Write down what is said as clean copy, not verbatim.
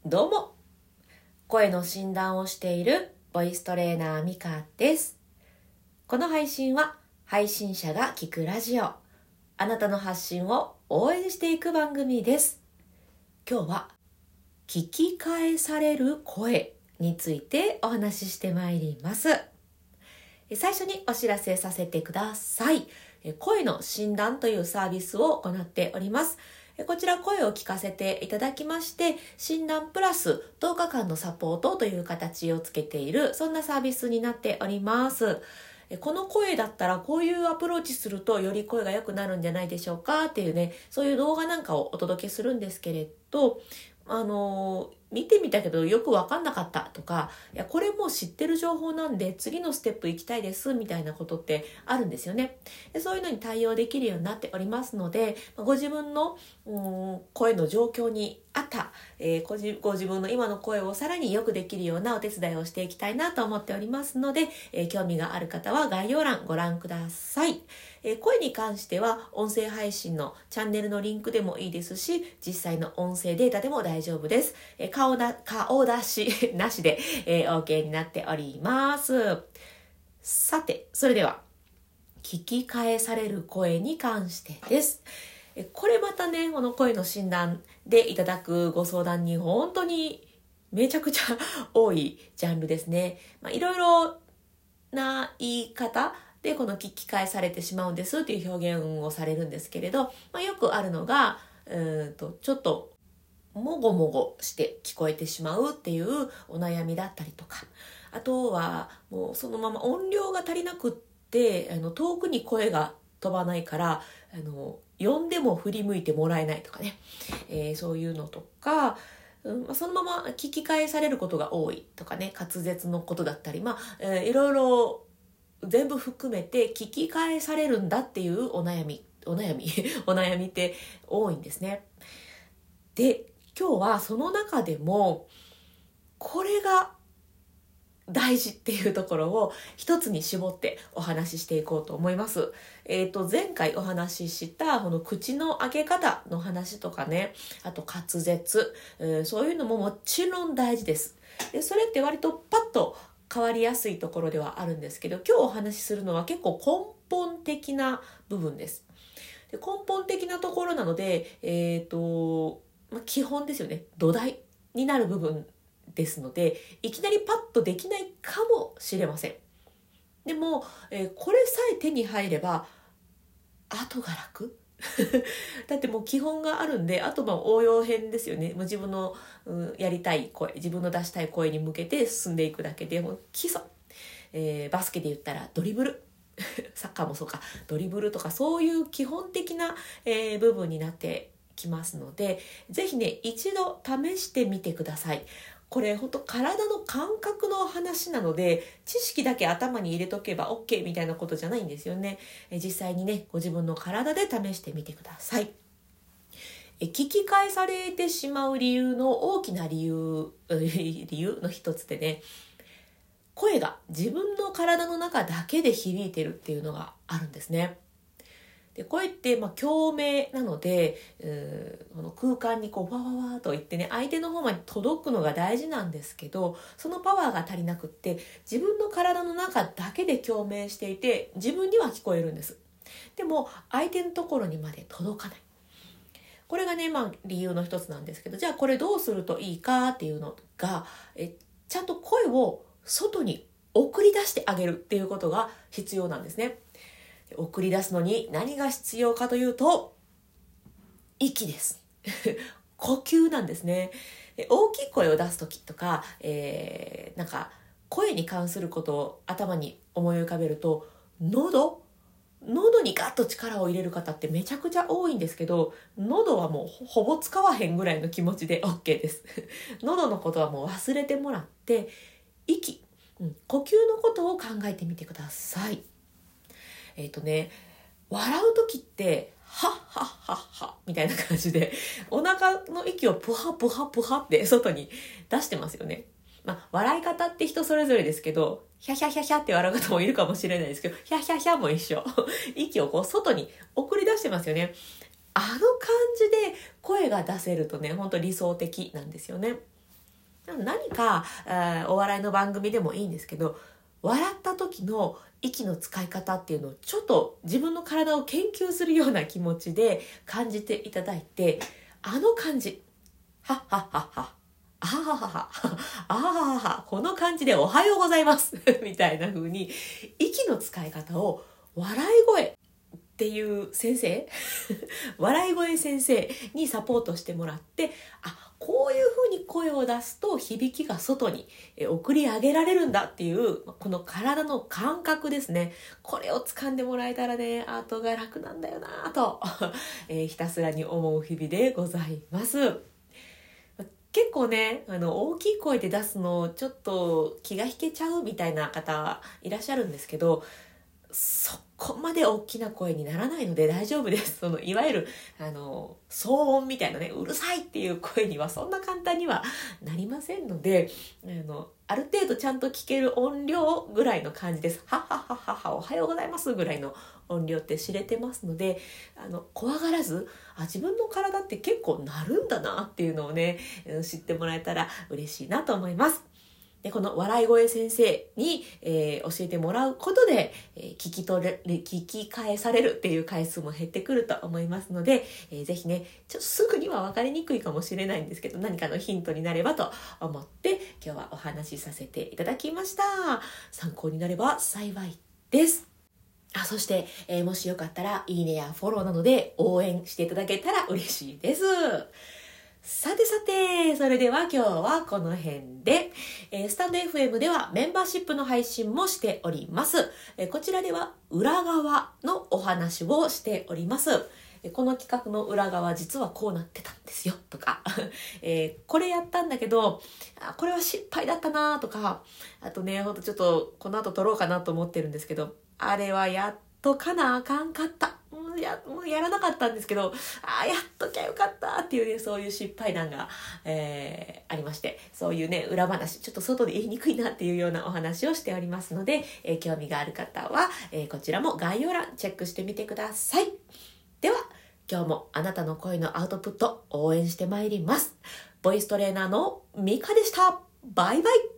どうも、声の診断をしているボイストレーナーミカです。この配信は配信者が聞くラジオ、あなたの発信を応援していく番組です。今日は聞き返される声についてお話ししてまいります。最初にお知らせさせてください。声の診断というサービスを行っております。こちら声を聞かせていただきまして、診断プラス10日間のサポートという形をつけている、そんなサービスになっております。この声だったらこういうアプローチするとより声が良くなるんじゃないでしょうかっていうね、そういう動画なんかをお届けするんですけれど、見てみたけどよく分かんなかったとか、いやこれもう知ってる情報なんで次のステップ行きたいですみたいなことってあるんですよね。でそういうのに対応できるようになっておりますので、ご自分の声の状況に合った、ご自分の今の声をさらによくできるようなお手伝いをしていきたいなと思っておりますので、興味がある方は概要欄ご覧ください。声に関しては音声配信のチャンネルのリンクでもいいですし、実際の音声データでも大丈夫です。顔出しなしで、OK になっております。さて、それでは聞き返される声に関してです。これまたね、この声の診断でいただくご相談に本当にめちゃくちゃ多いジャンルですね。いろいろな言い方でこの聞き返されてしまうんですっていう表現をされるんですけれど、よくあるのがちょっともごもごして聞こえてしまうっていうお悩みだったりとか、あとはもうそのまま音量が足りなくって遠くに声が飛ばないから呼んでも振り向いてもらえないとかね、そういうのとか、そのまま聞き返されることが多いとかね、滑舌のことだったり、いろいろ全部含めて聞き返されるんだっていうお悩みって多いんですね。で、今日はその中でもこれが大事っていうところを一つに絞ってお話ししていこうと思います。前回お話ししたこの口の開け方の話とかね、あと滑舌、そういうのももちろん大事です。でそれって割とパッと変わりやすいところではあるんですけど、今日お話しするのは結構根本的な部分です。で根本的なところなので、基本ですよね。土台になる部分ですので、いきなりパッとできないかもしれません。でも、これさえ手に入れば後が楽だってもう基本があるんで、あと応用編ですよね。もう自分の、やりたい声、自分の出したい声に向けて進んでいくだけで、もう基礎、バスケで言ったらドリブルサッカーもそうか、ドリブルとかそういう基本的な、部分になってきますので、ぜひね一度試してみてください。これ本当体の感覚の話なので、知識だけ頭に入れとけば OK みたいなことじゃないんですよね。実際にねご自分の体で試してみてください。聞き返されてしまう理由の大きな理由の一つでね、声が自分の体の中だけで響いてるっていうのがあるんですね。で声って共鳴なので、この空間にこうわわわと言ってね、相手の方まで届くのが大事なんですけど、そのパワーが足りなくって自分の体の中だけで共鳴していて、自分には聞こえるんです。でも相手のところにまで届かない。これがね、理由の一つなんですけど、じゃあこれどうするといいかっていうのが、ちゃんと声を外に送り出してあげるっていうことが必要なんですね。送り出すのに何が必要かというと、息です呼吸なんですね。大きい声を出すときとか、声に関することを頭に思い浮かべると、喉にガッと力を入れる方ってめちゃくちゃ多いんですけど、喉はもうほぼ使わへんぐらいの気持ちで OK です喉のことはもう忘れてもらって、息、呼吸のことを考えてみてください。笑う時ってはっはっはっはみたいな感じでお腹の息をプハプハプハって外に出してますよね。笑い方って人それぞれですけど、ヒャヒャヒャヒャって笑う方もいるかもしれないですけど、ヒャヒャヒャも一緒息をこう外に送り出してますよね。あの感じで声が出せるとね、本当理想的なんですよね。 何かお笑いの番組でもいいんですけど、笑った時の息の使い方っていうのをちょっと自分の体を研究するような気持ちで感じていただいて、あの感じ、はっはっはっは、あははは、あははは、この感じでおはようございますみたいな風に息の使い方を笑い声っていう先生笑い声先生にサポートしてもらって、こういう風に声を出すと響きが外に送り上げられるんだっていうこの体の感覚ですね。これを掴んでもらえたらね、アートが楽なんだよなとひたすらに思う日々でございます。結構ね、大きい声で出すのちょっと気が引けちゃうみたいな方いらっしゃるんですけど、そこまで大きな声にならないので大丈夫です。いわゆる騒音みたいなね、うるさいっていう声にはそんな簡単にはなりませんので、ある程度ちゃんと聞ける音量ぐらいの感じです。ははははは、おはようございますぐらいの音量って知れてますので、怖がらず、自分の体って結構鳴るんだなっていうのをね、知ってもらえたら嬉しいなと思います。で、この笑い声先生に、教えてもらうことで、聞き返されるっていう回数も減ってくると思いますので、ぜひね、ちょっとすぐには分かりにくいかもしれないんですけど、何かのヒントになればと思って今日はお話しさせていただきました。参考になれば幸いです。そして、もしよかったらいいねやフォローなどで応援していただけたら嬉しいです。さてさて、それでは今日はこの辺で、スタンド FM ではメンバーシップの配信もしております。こちらでは裏側のお話をしております。この企画の裏側実はこうなってたんですよとか、これやったんだけどこれは失敗だったなとか、あとね、ほんとちょっとこの後撮ろうかなと思ってるんですけど、あれはやっとかなあかんかった、もうやらなかったんですけど、やっときゃよかったっていうね、そういう失敗談が、ありまして、そういうね、裏話、ちょっと外で言いにくいなっていうようなお話をしておりますので、興味がある方は、こちらも概要欄チェックしてみてください。では、今日もあなたの声のアウトプット応援してまいります。ボイストレーナーのミカでした。バイバイ。